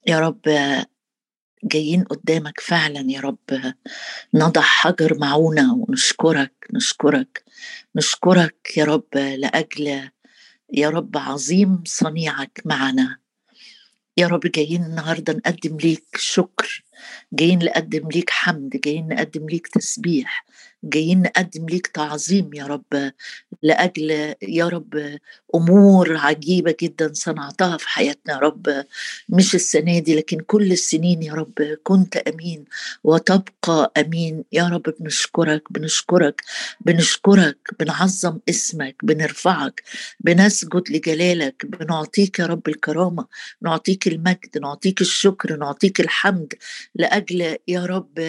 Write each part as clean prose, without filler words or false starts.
يا رب جايين قدامك فعلا يا رب، نضع حجر معونة ونشكرك نشكرك نشكرك يا رب لأجل يا رب عظيم صنيعك معنا. يا رب جايين النهاردة نقدم ليك شكر، جايين نقدم ليك حمد، جايين نقدم ليك تسبيح، جايين نقدم ليك تعظيم يا رب لأجل يا رب أمور عجيبة جدا صنعتها في حياتنا يا رب، مش السنة دي لكن كل السنين يا رب كنت أمين وتبقى أمين. يا رب بنشكرك بنشكرك بنشكرك، بنعظم اسمك، بنرفعك، بنسجد لجلالك، بنعطيك يا رب الكرامة، نعطيك المجد، نعطيك الشكر، نعطيك الحمد لأجل يا رب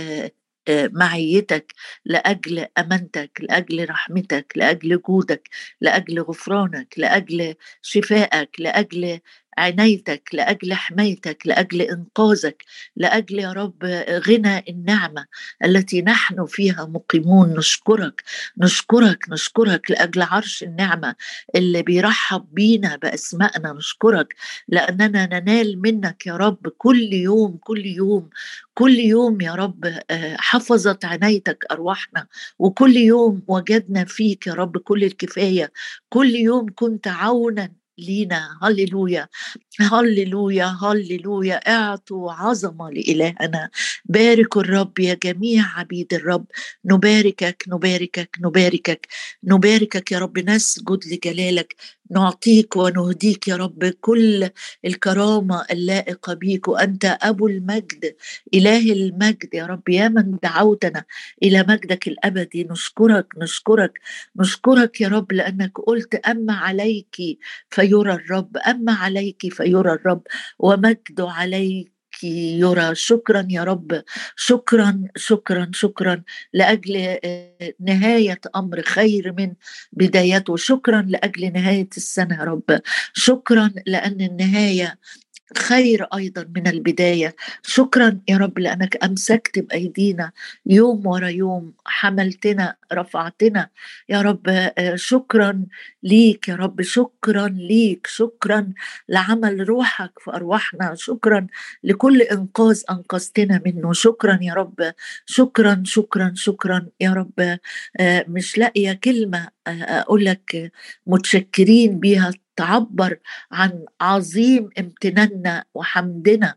معيتك، لأجل أمانتك، لأجل رحمتك، لأجل جودك، لأجل غفرانك، لأجل شفائك، لأجل عنايتك، لأجل حمايتك، لأجل إنقاذك، لأجل يا رب غنى النعمة التي نحن فيها مقيمون. نشكرك نشكرك نشكرك لأجل عرش النعمة اللي بيرحب بينا بأسمائنا. نشكرك لأننا ننال منك يا رب كل يوم كل يوم كل يوم يا رب. حفظت عنايتك أرواحنا، وكل يوم وجدنا فيك يا رب كل الكفاية، كل يوم كنت عونا لينا. هللويا هللويا هللويا. اعطوا عظمة لإلهنا. باركوا الرب يا جميع عبيد الرب. نباركك نباركك نباركك نباركك يا رب، نسجد لجلالك، نعطيك ونهديك يا رب كل الكرامة اللائقة بيك، وأنت أبو المجد إله المجد يا رب، يا من دعوتنا إلى مجدك الأبدي. نشكرك نشكرك نشكرك يا رب لأنك قلت أما عليك فيرى الرب، أما عليك فيرى الرب، ومجد عليك يرى. شكرا يا رب، شكرا شكرا شكرا لأجل نهاية أمر خير من بدايته. شكرا لأجل نهاية السنة يا رب، شكرا لأن النهاية خير أيضا من البداية. شكرا يا رب لأنك أمسكت بأيدينا يوم ورا يوم، حملتنا رفعتنا يا رب. شكرا ليك يا رب، شكرا ليك، شكرا لعمل روحك في أرواحنا، شكرا لكل إنقاذ أنقذتنا منه. شكرا يا رب، شكرا شكرا شكرا يا رب. مش لاقية كلمة أقول لك متشكرين بيها تعبر عن عظيم امتناننا وحمدنا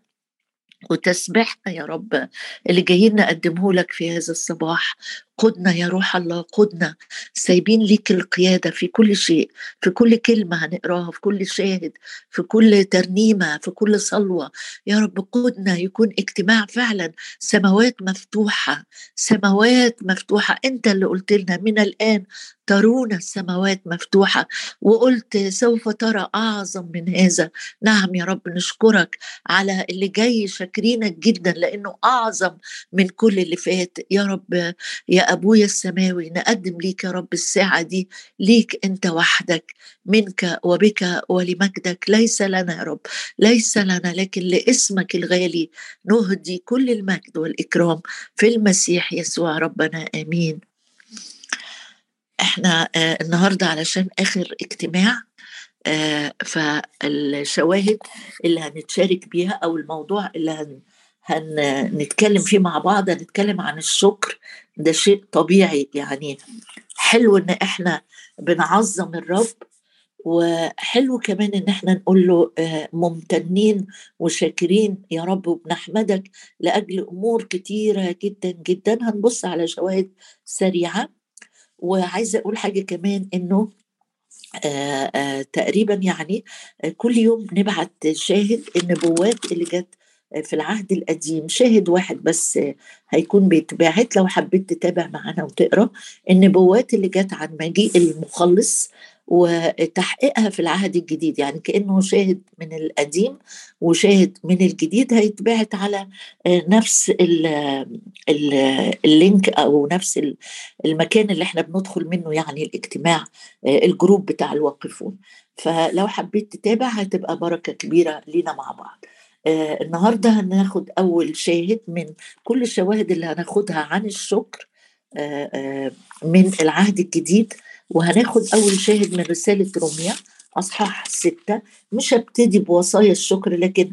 وتسبيحنا يا رب اللي جايين نقدمه لك في هذا الصباح. قدنا يا روح الله، قدنا، سايبين ليك القيادة في كل شيء، في كل كلمة هنقراها، في كل شاهد، في كل ترنيمة، في كل صلوة. يا رب قدنا يكون اجتماع فعلا سماوات مفتوحة، سماوات مفتوحة. انت اللي قلت لنا من الآن ترون السماوات مفتوحة، وقلت سوف ترى أعظم من هذا. نعم يا رب، نشكرك على اللي جاي، شاكرينك جدا لأنه أعظم من كل اللي فات يا رب. يا أبويا السماوي نقدم ليك يا رب الساعة دي ليك أنت وحدك، منك وبك ولمجدك. ليس لنا يا رب، ليس لنا، لكن لاسمك الغالي نهدي كل المجد والإكرام في المسيح يسوع ربنا. آمين. احنا النهاردة علشان آخر اجتماع، فالشواهد اللي هنتشارك بيها أو الموضوع اللي هنتكلم فيه مع بعض، هنتكلم عن الشكر. ده شيء طبيعي يعني، حلو ان احنا بنعظم الرب، وحلو كمان ان احنا نقول له ممتنين وشاكرين يا رب، وبنحمدك لأجل أمور كتيرة جدا جدا. هنبص على شواهد سريعة، وعايزة أقول حاجة كمان إنه تقريبا يعني كل يوم نبعت شاهد النبوات اللي جت في العهد القديم، شاهد واحد بس هيكون بيتباعت لو حبيت تتابع معنا وتقرا النبوات اللي جت عن مجيء المخلص وتحقيقها في العهد الجديد. يعني كأنه شاهد من القديم وشاهد من الجديد هيتباعت على نفس اللينك أو نفس المكان اللي احنا بندخل منه، يعني الاجتماع، الجروب بتاع الواقفون. فلو حبيت تتابع هتبقى بركة كبيرة لينا مع بعض. النهاردة هناخد أول شاهد من كل الشواهد اللي هناخدها عن الشكر من العهد الجديد، وهناخد أول شاهد من رسالة روميا أصحاح 6. مش هبتدي بوصايا الشكر، لكن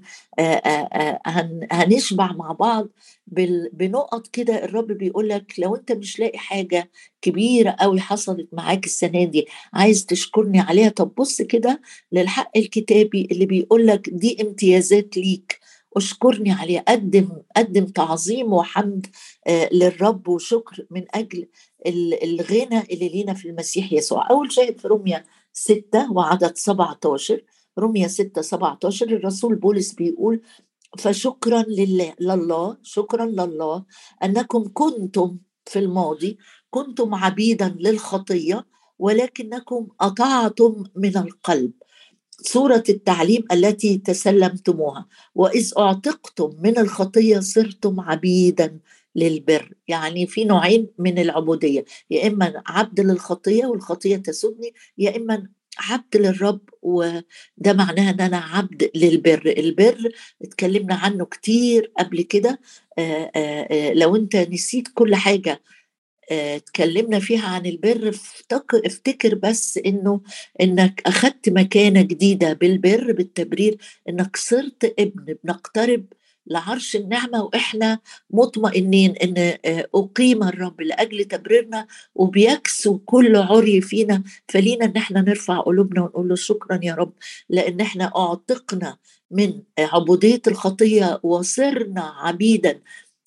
هنشبع مع بعض بنقط كده. الرب بيقول لك لو أنت مش لاقي حاجة كبيرة قوي حصلت معاك السنة دي عايز تشكرني عليها، طب بص كده للحق الكتابي اللي بيقول لك دي امتيازات ليك اشكرني عليها. قدم تعظيم وحمد للرب وشكر من أجل الغنى اللي لينا في المسيح يسوع. أول شاهد في روميا 6 وعدد 17. رمية 6 17 الرسول بولس بيقول: فشكرا شكرا لله أنكم كنتم في الماضي كنتم عبيدا للخطية ولكنكم أطعتم من القلب صورة التعليم التي تسلمتموها، وإذ أعتقتم من الخطية صرتم عبيدا للبر. يعني في نوعين من العبودية، يا إما عبد للخطية والخطية تسودني، يا إما عبد للرب وده معناها ان انا عبد للبر. البر اتكلمنا عنه كتير قبل كده. لو انت نسيت كل حاجة اتكلمنا فيها عن البر، افتكر بس انك اخدت مكانة جديدة بالبر بالتبرير، انك صرت ابن بنقترب لعرش النعمة واحنا مطمئنين ان اقيم الرب لاجل تبريرنا وبيكسو كل عري فينا. فلينا ان احنا نرفع قلوبنا ونقول له شكرا يا رب لان احنا اعتقنا من عبودية الخطية وصرنا عبيدا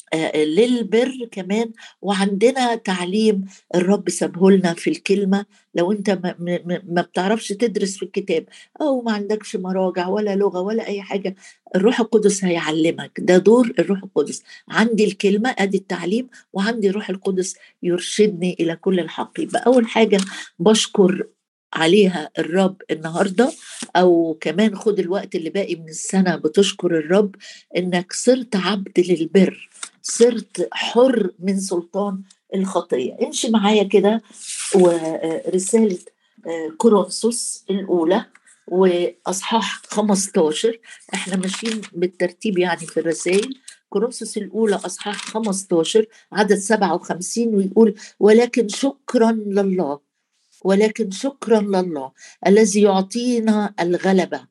للبر كمان. وعندنا تعليم الرب سابهولنا في الكلمة. لو انت ما بتعرفش تدرس في الكتاب او ما عندكش مراجع ولا لغة ولا اي حاجة، الروح القدس هيعلمك. ده دور الروح القدس. عندي الكلمة ادي التعليم، وعندي الروح القدس يرشدني الى كل الحق. يبقى اول حاجة بشكر عليها الرب النهاردة، او كمان خد الوقت اللي باقي من السنة بتشكر الرب انك صرت عبد للبر، صرت حر من سلطان الخطية. امشي معايا كده ورسالة كورنثوس الأولى وأصحاح 15. احنا ماشيين بالترتيب يعني في الرسائل. كورنثوس الأولى أصحاح 15 عدد 57 ويقول: ولكن شكرا لله الذي يعطينا الغلبة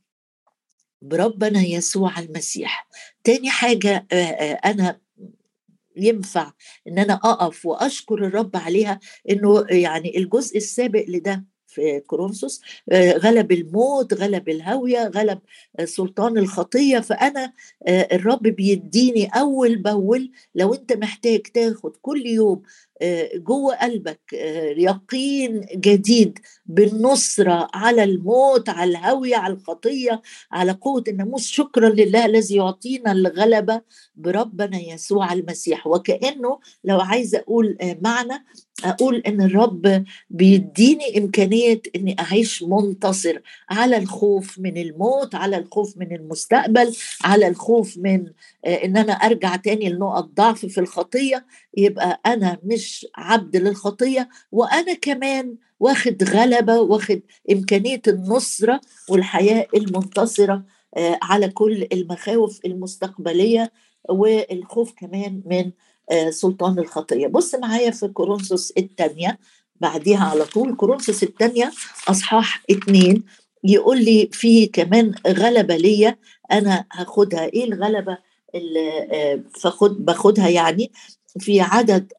بربنا يسوع المسيح. تاني حاجة أنا ينفع ان انا اقف واشكر الرب عليها، انه يعني الجزء السابق لده في كورنثوس غلب الموت، غلب الهوية، غلب سلطان الخطية. فأنا الرب بيديني أول بأول. لو أنت محتاج تاخد كل يوم جوه قلبك يقين جديد بالنصرة على الموت، على الهوية، على الخطية، على قوة الناموس، شكرا لله الذي يعطينا الغلبة بربنا يسوع المسيح. وكأنه لو عايزة أقول معنى، أقول إن الرب بيديني إمكانية إني أعيش منتصر على الخوف من الموت، على الخوف من المستقبل، على الخوف من إن أنا أرجع تاني لنقط ضعف في الخطية. يبقى أنا مش عبد للخطية، وأنا كمان واخد غلبة، واخد إمكانية النصرة والحياة المنتصرة على كل المخاوف المستقبلية والخوف كمان من سلطان الخطية. بص معايا في كورنثوس الثانية بعديها على طول، كورنثوس الثانية أصحاح 2 يقول لي في كمان غلبة ليا أنا هاخدها. إيه الغلبة اللي باخدها يعني؟ في عدد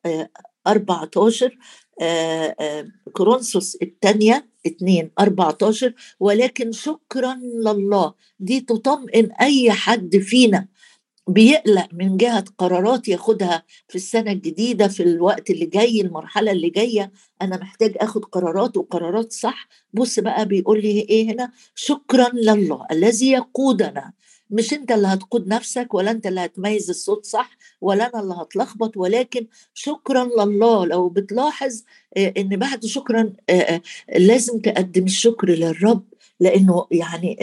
14 كورنثوس الثانية 2 14: ولكن شكرا لله. دي تطمئن أي حد فينا بيقلق من جهة قرارات ياخدها في السنة الجديدة، في الوقت اللي جاي، المرحلة اللي جاية. أنا محتاج أخد قرارات وقرارات صح. بص بقى بيقول لي إيه هنا: شكرا لله الذي يقودنا. مش أنت اللي هتقود نفسك، ولا أنت اللي هتميز الصوت صح، ولا أنا اللي هتلخبط، ولكن شكرا لله. لو بتلاحظ إن بعد شكرا لازم تقدم الشكر للرب، لأنه يعني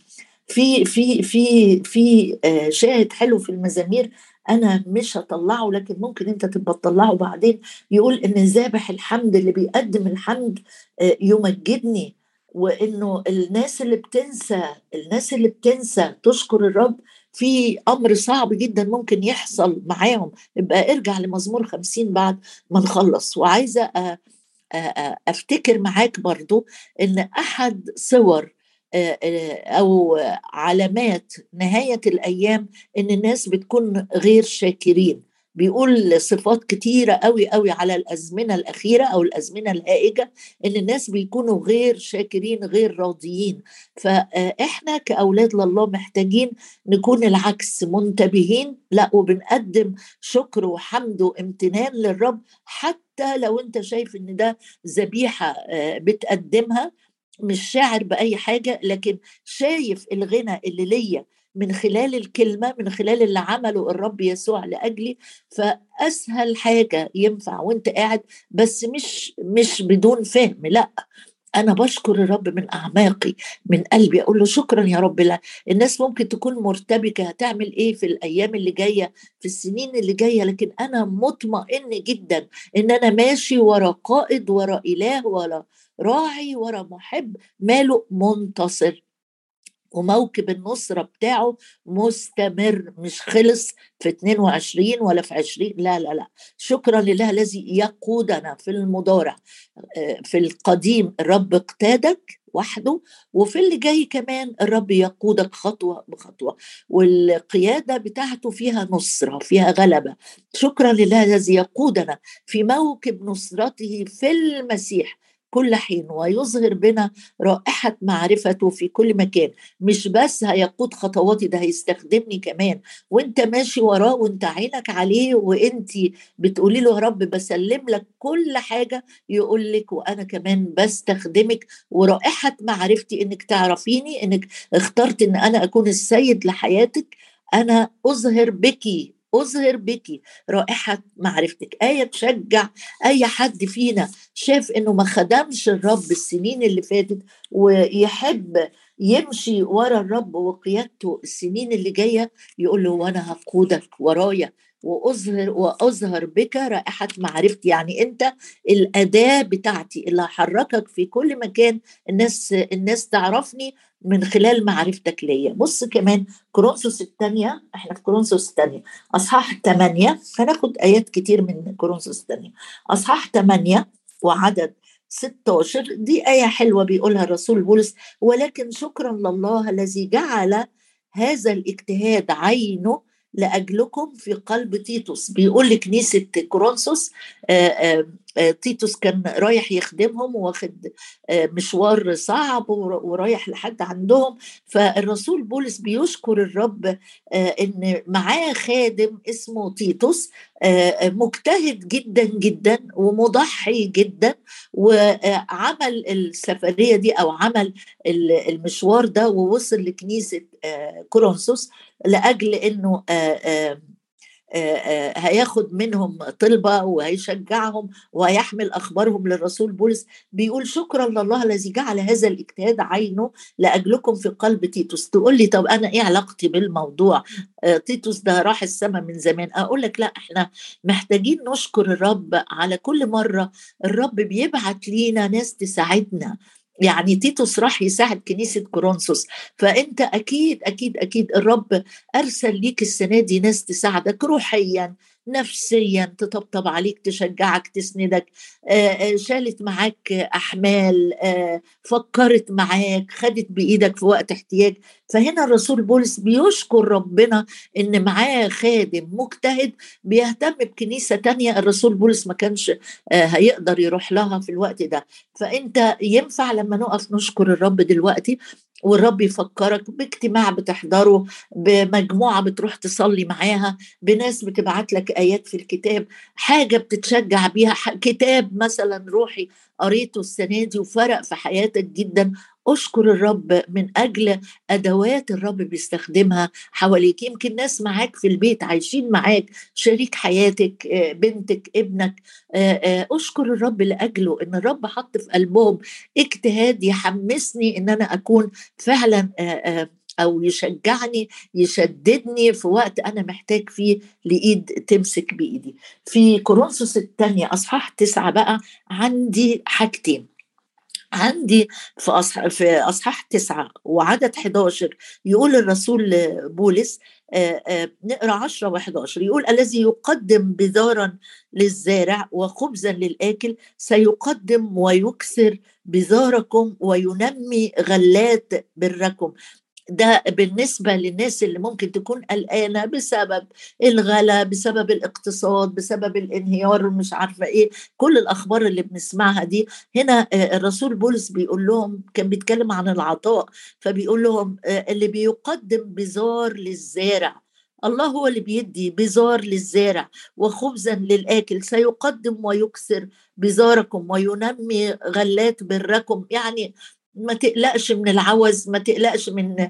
في شاهد حلو في المزامير. انا مش هطلعه لكن ممكن انت تبقى تطلعه بعدين. يقول ان ذابح الحمد اللي بيقدم الحمد يمجدني. وانه الناس اللي بتنسى تشكر الرب في امر صعب جدا ممكن يحصل معاهم. يبقى ارجع لمزمور 50 بعد ما نخلص. وعايزه أفتكر معاك برضو إن أحد صور أو علامات نهاية الأيام إن الناس بتكون غير شاكرين. بيقول صفات كتيرة قوي قوي على الأزمنة الأخيرة أو الأزمنة الهائجة، إن الناس بيكونوا غير شاكرين غير راضيين. فإحنا كأولاد لله محتاجين نكون العكس، منتبهين لا وبنقدم شكر وحمد وامتنان للرب، حتى لو انت شايف ان ده ذبيحة بتقدمها مش شاعر بأي حاجة، لكن شايف الغنى اللي ليا من خلال الكلمة، من خلال اللي عمله الرب يسوع لأجلي. فأسهل حاجة ينفع وانت قاعد، بس مش بدون فهم، لا، أنا بشكر الرب من أعماقي، من قلبي، أقول له شكرا يا رب. لا، الناس ممكن تكون مرتبكة هتعمل إيه في الأيام اللي جاية، في السنين اللي جاية، لكن أنا مطمئن جدا إن أنا ماشي ورا قائد، ورا إله، ورا راعي، ورا محب ماله منتصر، وموكب النصرة بتاعه مستمر، مش خلص في 22 ولا في 20. لا لا لا، شكرا لله الذي يقودنا في المضارع. في القديم الرب اقتادك وحده، وفي اللي جاي كمان الرب يقودك خطوة بخطوة، والقيادة بتاعته فيها نصرة، فيها غلبة. شكرا لله الذي يقودنا في موكب نصرته في المسيح كل حين، ويظهر بنا رائحة معرفته في كل مكان. مش بس هيقود خطواتي، ده هيستخدمني كمان، وانت ماشي وراه وانت عينك عليه وانت بتقولي له يا رب بسلم لك كل حاجة، يقول لك وانا كمان بستخدمك، ورائحة معرفتي انك تعرفيني، انك اخترت ان انا اكون السيد لحياتك. انا اظهر بك رائحة معرفتك. آية تشجع اي حد فينا شاف انه ما خدمش الرب السنين اللي فاتت، ويحب يمشي ورا الرب وقيادته السنين اللي جاية، يقول له وانا هقودك ورايا، وأظهر بك رائحة معرفتي. يعني أنت الأداة بتاعتي اللي هحركك في كل مكان، الناس تعرفني من خلال معرفتك ليا. بص كمان كورنثوس الثانية، احنا في كورنثوس الثانية أصحاح 8، هناخد آيات كتير من كورنثوس الثانية. أصحاح 8 وعدد 16، دي آية حلوة بيقولها الرسول بولس: ولكن شكرا لله الذي جعل هذا الاجتهاد عينه لأجلكم في قلب تيتوس. بيقول لكنيسة كورنثوس، تيتوس كان رايح يخدمهم، واخد مشوار صعب ورايح لحد عندهم. فالرسول بولس بيشكر الرب ان معاه خادم اسمه تيتوس، مجتهد جدا جدا ومضحي جدا، وعمل السفرية دي او عمل المشوار ده، ووصل لكنيسة كورنثوس لأجل أنه هياخد منهم طلبة وهيشجعهم وهيحمل أخبارهم للرسول بولس. بيقول شكرا لله الذي جعل هذا الاجتهاد عينه لأجلكم في قلب تيتوس. تقول لي طب أنا إيه علاقتي بالموضوع؟ تيتوس ده راح السماء من زمان. أقول لك لا، إحنا محتاجين نشكر الرب على كل مرة الرب بيبعت لينا ناس تساعدنا. يعني تيتوس راح يساعد كنيسة كورنثوس، فأنت أكيد أكيد أكيد الرب أرسل ليك السنة دي ناس تساعدك روحيا، نفسيا، تطبطب عليك، تشجعك، تسندك، شالت معاك أحمال، فكرت معاك، خدت بإيدك في وقت احتياج. فهنا الرسول بولس بيشكر ربنا إن معاه خادم مجتهد بيهتم بكنيسة تانية الرسول بولس ما كانش هيقدر يروح لها في الوقت ده. فأنت ينفع لما نقف نشكر الرب دلوقتي، والرب يفكرك باجتماع بتحضره، بمجموعة بتروح تصلي معاها، بناس بتبعت لك آيات في الكتاب، حاجة بتتشجع بيها، كتاب مثلا روحي قريته السنة دي وفرق في حياتك جدا. أشكر الرب من أجل أدوات الرب بيستخدمها حواليك. يمكن ناس معاك في البيت عايشين معاك، شريك حياتك، بنتك، ابنك، أشكر الرب لأجله إن الرب حط في قلبهم اجتهاد يحمسني إن أنا أكون فعلا أو يشجعني، يشددني في وقت أنا محتاج فيه لإيد تمسك بإيدي. في كورنثوس الثانية أصحاح 9 بقى عندي حاجتين. عندي في أصحاح 9 وعدد 11 يقول الرسول بولس، نقرا 10 و11 يقول: الذي يقدم بذارا للزارع وخبزا للآكل سيقدم ويكثر بذاركم وينمي غلات بركم. ده بالنسبة للناس اللي ممكن تكون قلقانة بسبب الغلا، بسبب الاقتصاد، بسبب الانهيار، مش عارفة ايه، كل الأخبار اللي بنسمعها دي. هنا الرسول بولس بيقول لهم، كان بيتكلم عن العطاء، فبيقول لهم اللي بيقدم بذار للزارع، الله هو اللي بيدي بذار للزارع وخبزا للآكل سيقدم ويكسر بذاركم وينمي غلات بركم. يعني ما تقلقش من العوز، ما تقلقش من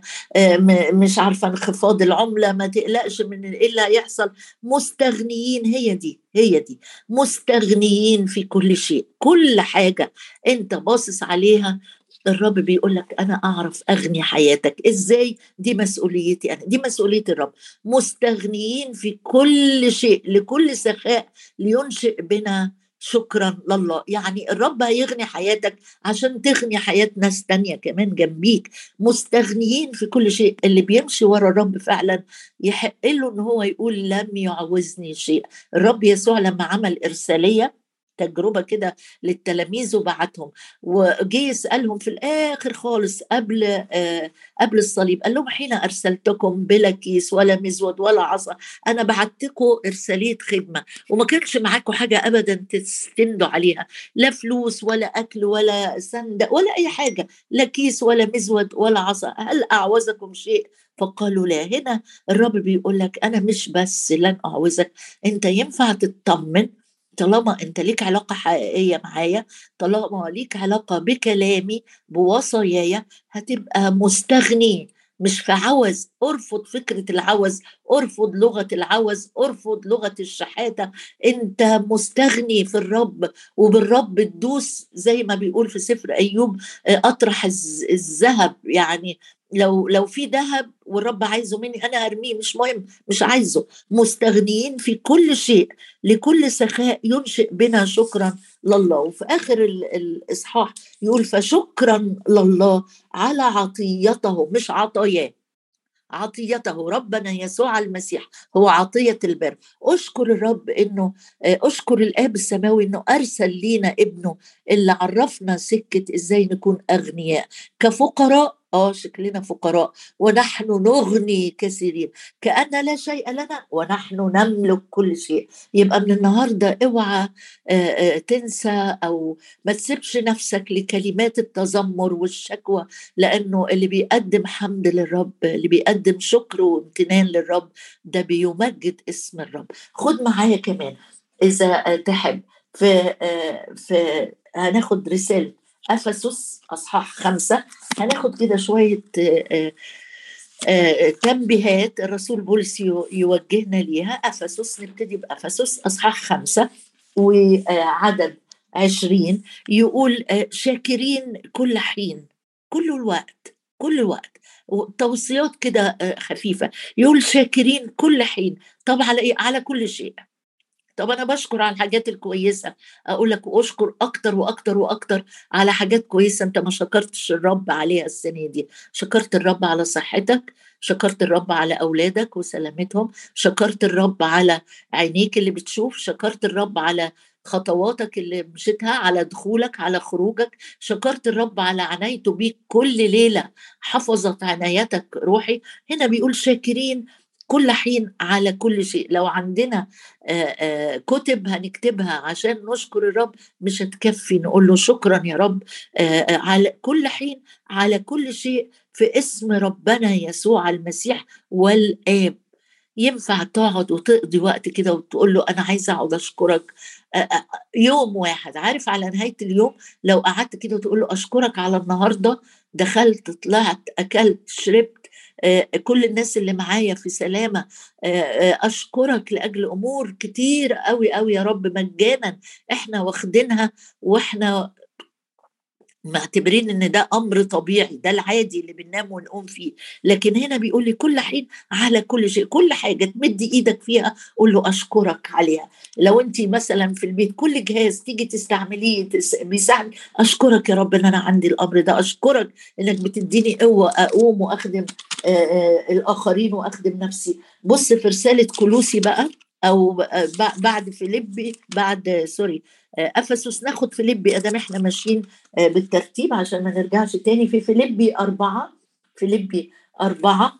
مش عارفة انخفاض العملة، ما تقلقش من ايه اللي هيحصل. مستغنيين، هي دي مستغنيين في كل شيء، كل حاجة انت باصص عليها الرب بيقول لك انا اعرف اغني حياتك ازاي. دي مسؤوليتي انا، دي مسؤولية الرب. مستغنيين في كل شيء لكل سخاء لينشئ بنا شكرا لله. يعني الرب هيغني حياتك عشان تغني حياة ناس تانية كمان جنبيك. مستغنيين في كل شيء. اللي بيمشي ورا الرب فعلا يحق له ان هو يقول لم يعوزني شيء. الرب يسوع لما عمل إرسالية تجربة كده للتلاميذ وبعتهم، وجي يسألهم في الآخر خالص قبل الصليب، قال لهم: حين أرسلتكم بلا كيس ولا مزود ولا عصا، أنا بعتكم إرسالية خدمة، وما كانش معاكم حاجة أبدا تستندوا عليها، لا فلوس ولا أكل ولا صندق ولا أي حاجة، لا كيس ولا مزود ولا عصا، هل أعوزكم شيء؟ فقالوا لا. هنا الرب بيقول لك أنا مش بس لن أعوزك، أنت ينفع تطمن طالما أنت ليك علاقة حقيقية معايا، طالما ليك علاقة بكلامي بوصاياي، هتبقى مستغني، مش في عوز. ارفض فكرة العوز، ارفض لغة العوز، ارفض لغة الشحاتة. انت مستغني في الرب، وبالرب تدوس زي ما بيقول في سفر أيوب، أطرح الذهب. يعني لو في ذهب والرب عايزه مني انا ارميه، مش مهم، مش عايزه. مستغنيين في كل شيء لكل سخاء ينشئ بنا شكرا لله. وفي اخر الاصحاح يقول: فشكرا لله على عطيته، مش عطاياه، عطيته ربنا يسوع المسيح هو عطية البر. أشكر الرب إنه أشكر الآب السماوي إنه أرسل لينا ابنه اللي عرفنا سكة إزاي نكون أغنياء كفقراء. شكلنا فقراء ونحن نغني كثيرين، كأن لا شيء لنا ونحن نملك كل شيء. يبقى من النهاردة اوعى تنسى أو ما تسيبش نفسك لكلمات التذمر والشكوى، لأنه اللي بيقدم حمد للرب، اللي بيقدم شكر وامتنان للرب، ده بيمجد اسم الرب. خد معايا كمان إذا تحب في هناخد رسالة أفسس أصحاح 5. هناخد كده شوية تنبيهات الرسول بولس يوجهنا ليها. أفسس، نبتدي بأفسس أصحاح 5 وعدد 20 يقول: شاكرين كل حين، كل الوقت، كل الوقت. توصيات كده خفيفة. يقول شاكرين كل حين. طب على إيه؟ على كل شيء. طب أنا بشكر على الحاجات الكويسة، أقول لك أشكر أكتر وأكتر وأكتر على حاجات كويسة أنت ما شكرتش الرب عليها السنة دي. شكرت الرب على صحتك، شكرت الرب على أولادك وسلامتهم، شكرت الرب على عينيك اللي بتشوف، شكرت الرب على خطواتك اللي مشيتها، على دخولك على خروجك، شكرت الرب على عنايته بيك كل ليلة، حفظت عنايتك روحي. هنا بيقول شاكرين كل حين على كل شيء. لو عندنا كتب هنكتبها عشان نشكر الرب، مش هتكفي نقول له شكرا يا رب على كل حين، على كل شيء، في اسم ربنا يسوع المسيح والآب. ينفع تقعد وتقضي وقت كده وتقول له أنا عايزة أقعد أشكرك يوم واحد، عارف، على نهاية اليوم لو قعدت كده وتقول له أشكرك على النهاردة، دخلت طلعت أكلت شربت، كل الناس اللي معايا في سلامة، أشكرك لأجل أمور كتير قوي قوي يا رب مجانا إحنا واخدينها، وإحنا معتبرين ان ده امر طبيعي، ده العادي اللي بننام ونقوم فيه. لكن هنا بيقول لي كل حين على كل شيء، كل حاجه تمد ايدك فيها قول له اشكرك عليها. لو انت مثلا في البيت كل جهاز تيجي تستعمليه بيساعد، اشكرك يا رب ان انا عندي الامر ده، اشكرك انك بتديني قوه اقوم واخدم الاخرين واخدم نفسي. بص في رساله كولوسي بقى، او بعد فيليبي، بعد سوري افسس، ناخد فيليبي ادام احنا ماشيين بالترتيب عشان ما نرجعش تاني. في فيليبي 4، فيليبي 4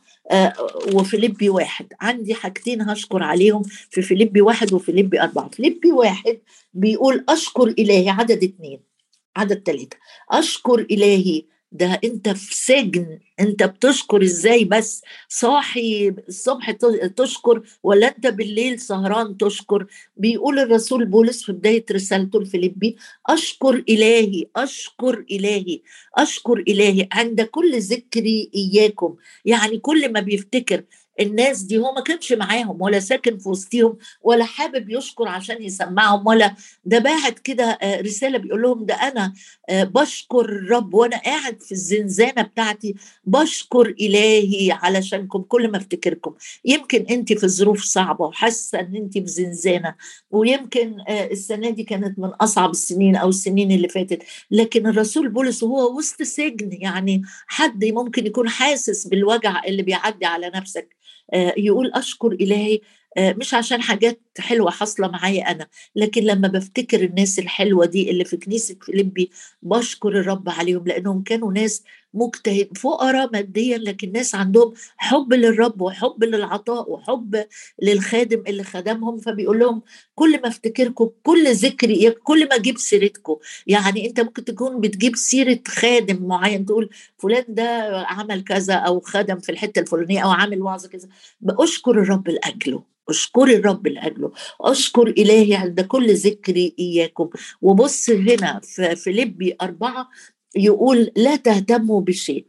وفيليبي 1. عندي حاجتين هشكر عليهم في فيليبي 1 وفيليبي 4. فيليبي 1 بيقول أشكر إلهي، عدد 2 عدد 3، أشكر إلهي. ده أنت في سجن، أنت بتشكر إزاي بس؟ صاحي الصبح تشكر، ولا أنت بالليل سهران تشكر؟ بيقول الرسول بولس في بداية رسالته الفيليبي أشكر إلهي، أشكر إلهي، أشكر إلهي عند كل ذكري إياكم. يعني كل ما بيفتكر الناس دي، هو ما كانش معاهم ولا ساكن في وسطهم ولا حابب يشكر عشان يسمعهم، ولا ده باعت كده رسالة بيقول لهم ده أنا بشكر الرب وأنا قاعد في الزنزانة بتاعتي، بشكر إلهي علشانكم كل ما افتكركم. يمكن أنت في ظروف صعبة وحاسة أن أنت في زنزانة، ويمكن السنة دي كانت من أصعب السنين أو السنين اللي فاتت، لكن الرسول بولس هو وسط سجن، يعني حد ممكن يكون حاسس بالوجع اللي بيعدي على نفسك يقول أشكر إلهي مش عشان حاجات حلوة حاصلة معايا أنا، لكن لما بفتكر الناس الحلوة دي اللي في كنيسة فيليبي بشكر الرب عليهم، لأنهم كانوا ناس مجتهد، فقراء ماديا لكن ناس عندهم حب للرب وحب للعطاء وحب للخادم اللي خدمهم. فبيقول لهم كل ما افتكركم، كل ذكري، كل ما اجيب سيرتكم. يعني انت ممكن تكون بتجيب سيرة خادم معين تقول فلان ده عمل كذا او خدم في الحتة الفلانية او عامل وعظة كذا، بأشكر الرب لأجله، اشكر الرب لأجله، اشكر إلهي عند كل ذكري إياكم. وبص هنا في فيليبي 4 يقول لا تهتموا بشيء،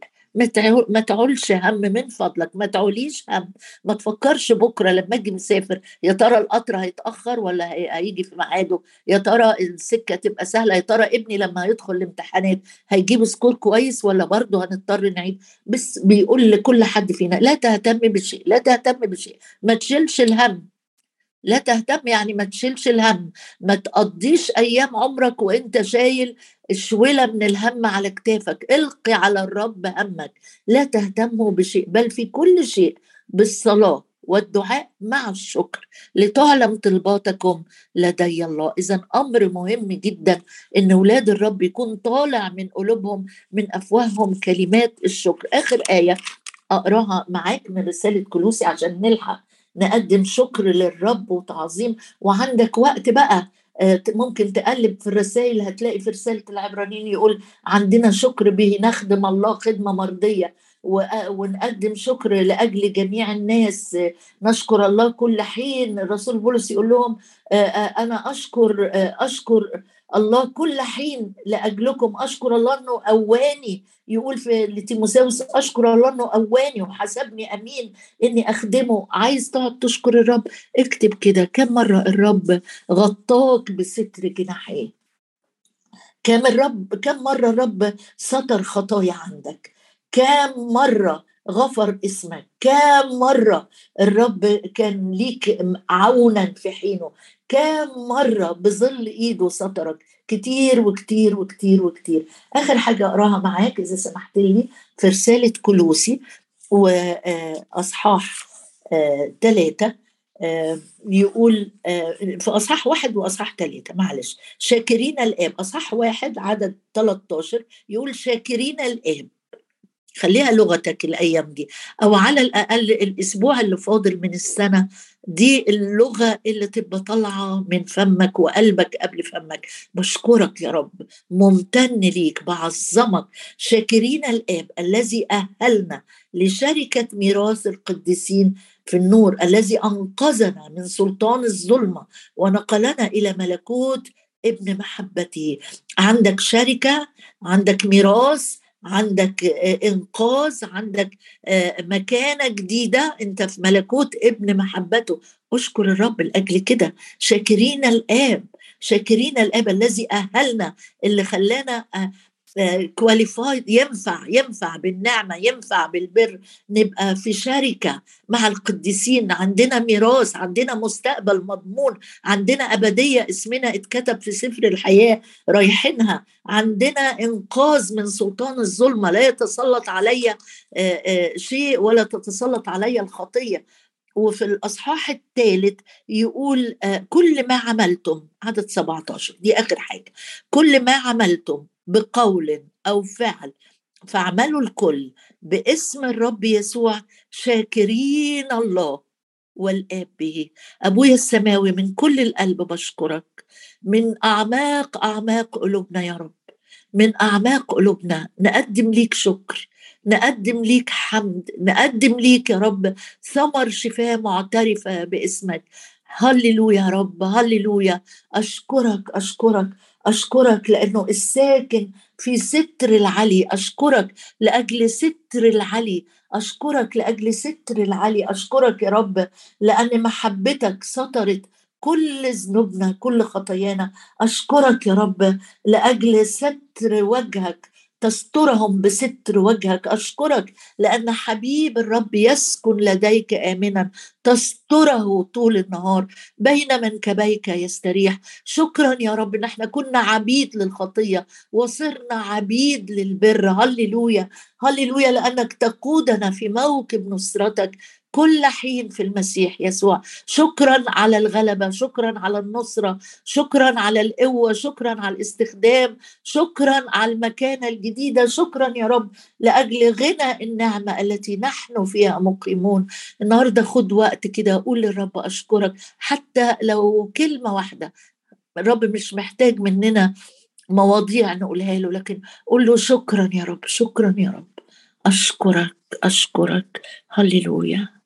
ما تعولش هم من فضلك، ما تعوليش هم، ما تفكرش بكرة لما اجي مسافر يا ترى القطر هيتأخر ولا هيجي في ميعاده، يا ترى السكة تبقى سهلة، يا ترى ابني لما هيدخل الامتحانات هيجيب سكور كويس ولا برضه هنضطر نعيد. بس بيقول لكل حد فينا لا تهتم بشيء، لا تهتم بشيء، ما تشيلش الهم. لا تهتم يعني ما تشيلش الهم، ما تقضيش أيام عمرك وانت شايل شويلة من الهم على كتافك. القي على الرب همك، لا تهتموا بشيء بل في كل شيء بالصلاة والدعاء مع الشكر لتعلم طلباتكم لدي الله. إذا أمر مهم جدا إن أولاد الرب يكون طالع من قلوبهم من أفواههم كلمات الشكر. آخر آية أقراها معاك من رسالة كلوسي عشان نلحق نقدم شكر للرب وتعظيم. وعندك وقت بقى ممكن تقلب في الرسائل، هتلاقي في رسالة العبرانيين يقول عندنا شكر به نخدم الله خدمة مرضية، ونقدم شكر لأجل جميع الناس، نشكر الله كل حين. الرسول بولس يقول لهم أنا أشكر الله كل حين لأجلكم، أشكر الله أنه أواني. يقول في لتيموثاوس أشكر الله أنه أواني وحسبني أمين إني أخدمه. عايز تقعد تشكر الرب، اكتب كده كم مرة الرب غطاك بستر جناحيه، كم مرة الرب ستر خطايا عندك، كم مرة غفر اسمك، كم مرة الرب كان ليك عونا في حينه، كم مرة بظل ايده سترك. كتير وكتير وكتير وكتير. اخر حاجة اقراها معاك اذا سمحت لي في رسالة كولوسي واصحاح 3 يقول في أصحاح 1 وأصحاح 3 معلش، شاكرين الآب. أصحاح 1 عدد 13 يقول شاكرين الآب، خليها لغتك الأيام دي، أو على الأقل الأسبوع اللي فاضل من السنة دي اللغة اللي تبقى طالعة من فمك وقلبك قبل فمك. بشكرك يا رب، ممتن ليك، بعظمك. شاكرين الآب الذي أهلنا لشركة ميراث القديسين في النور، الذي أنقذنا من سلطان الظلمة ونقلنا إلى ملكوت ابن محبته. عندك شركة، عندك ميراث، عندك إنقاذ، عندك مكانة جديدة، أنت في ملكوت ابن محبته. أشكر الرب لأجل كده. شاكرين الآب، شاكرين الآب الذي أهلنا، اللي خلانا كواليفايد، ينفع بالنعمة، ينفع بالبر، نبقى في شركة مع القديسين، عندنا ميراث، عندنا مستقبل مضمون، عندنا أبدية اسمنا اتكتب في سفر الحياة رايحينها، عندنا إنقاذ من سلطان الظلمة، لا يتسلط علي شيء ولا تتسلط علي الخطية. وفي الأصحاح الثالث يقول كل ما عملتم، عدد 17 دي آخر حاجة، كل ما عملتم بقول أو فعل فاعملوا الكل باسم الرب يسوع شاكرين الله والآب به. أبويا السماوي، من كل القلب بشكرك، من أعماق أعماق قلوبنا يا رب، من أعماق قلوبنا نقدم ليك شكر، نقدم ليك حمد، نقدم ليك يا رب ثمر شفاء معترفة باسمك. هللويا يا رب، هللويا. أشكرك أشكرك أشكرك لأنه الساكن في ستر العلي، أشكرك لأجل ستر العلي، أشكرك لأجل ستر العلي، أشكرك يا رب لأن محبتك سترت كل ذنوبنا كل خطايانا. أشكرك يا رب لأجل ستر وجهك، تسترهم بستر وجهك. أشكرك لأن حبيب الرب يسكن لديك آمنا، تستره طول النهار، بين منكبيك يستريح. شكرا يا رب ان احنا كنا عبيد للخطية وصرنا عبيد للبر. هللويا، هللويا، لأنك تقودنا في موكب نصرتك كل حين في المسيح يسوع. شكرا على الغلبة، شكرا على النصرة، شكرا على القوة، شكرا على الاستخدام، شكرا على المكانة الجديدة، شكرا يا رب لأجل غنى النعمة التي نحن فيها مقيمون. النهاردة خد وقت كده أقول للرب أشكرك، حتى لو كلمة واحدة. الرب مش محتاج مننا مواضيع نقولها له، لكن قول له شكرا يا رب، شكرا يا رب، أشكرك أشكرك. هللويا.